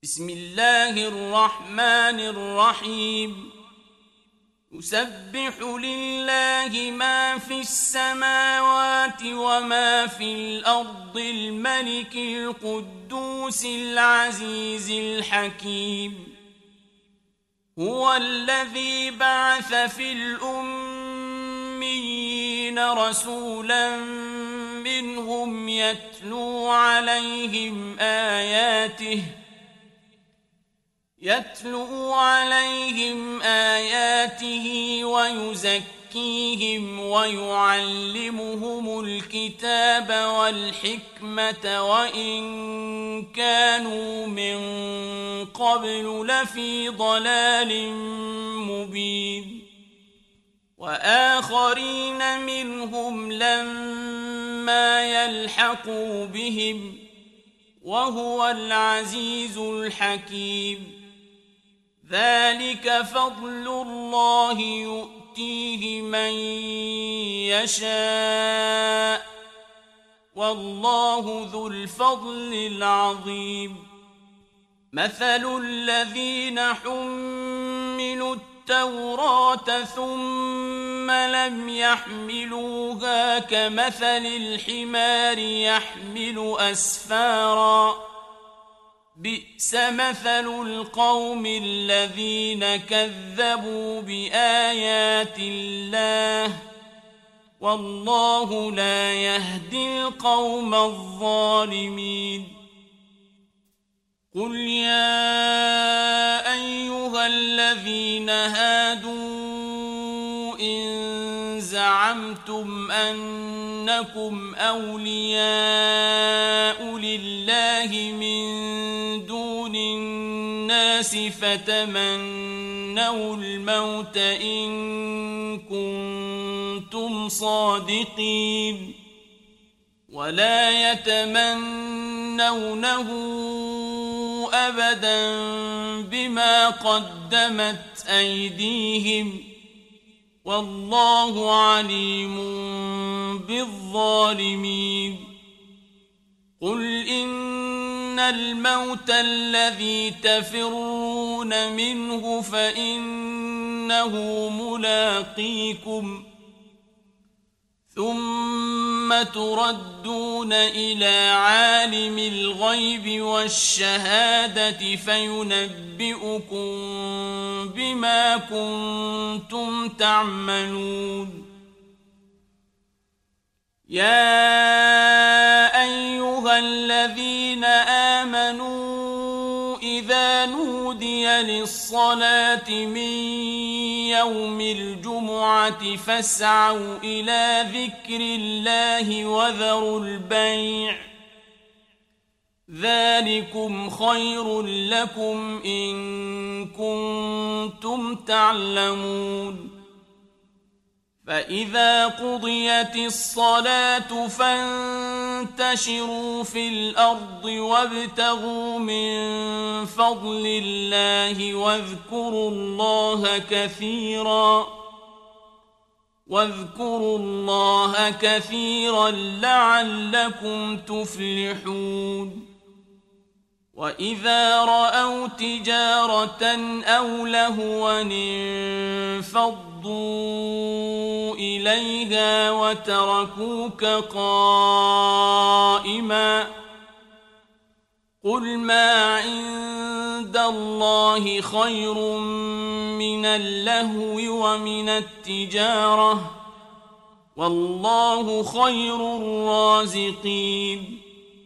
بسم الله الرحمن الرحيم يسبح لله ما في السماوات وما في الأرض الملك القدوس العزيز الحكيم هو الذي بعث في الأميين رسولا منهم يتلو عليهم آياته ويزكيهم ويعلمهم الكتاب والحكمة وإن كانوا من قبل لفي ضلال مبين وآخرين منهم لما يلحقوا بهم وهو العزيز الحكيم ذلك فضل الله يؤتيه من يشاء والله ذو الفضل العظيم مثل الذين حملوا التوراة ثم لم يحملوها كمثل الحمار يحمل أسفارا بئس مثل القوم الذين كذبوا بآيات الله والله لا يهدي القوم الظالمين قل يا أيها الذين هادوا إن زعمتم أنكم أولياء لله من دون الناس فتمنوا الموت إن كنتم صادقين ولا يتمنونه أبدا بما قدمت أيديهم والله عليم بالظالمين قل إن الموت الذي تفرون منه فإنه ملاقيكم ثم تردون إلى عالم الغيب والشهادة فينبئكم بما كنتم تعملون يا أيها الذين آمنوا إذا نودي للصلاة من يوم الجمعة فاسعوا إلى ذكر الله وذروا البيع ذلكم خير لكم إن كنتم تعلمون فإذا قضيت الصلاة فانتشروا في الأرض وابتغوا من فضل الله واذكروا الله كثيرا لعلكم تفلحون وإذا رأوا تجارة أو لهوا انفضوا إليها وتركوك قائما قل ما عند الله خير من اللهو ومن التجارة والله خير الرازقين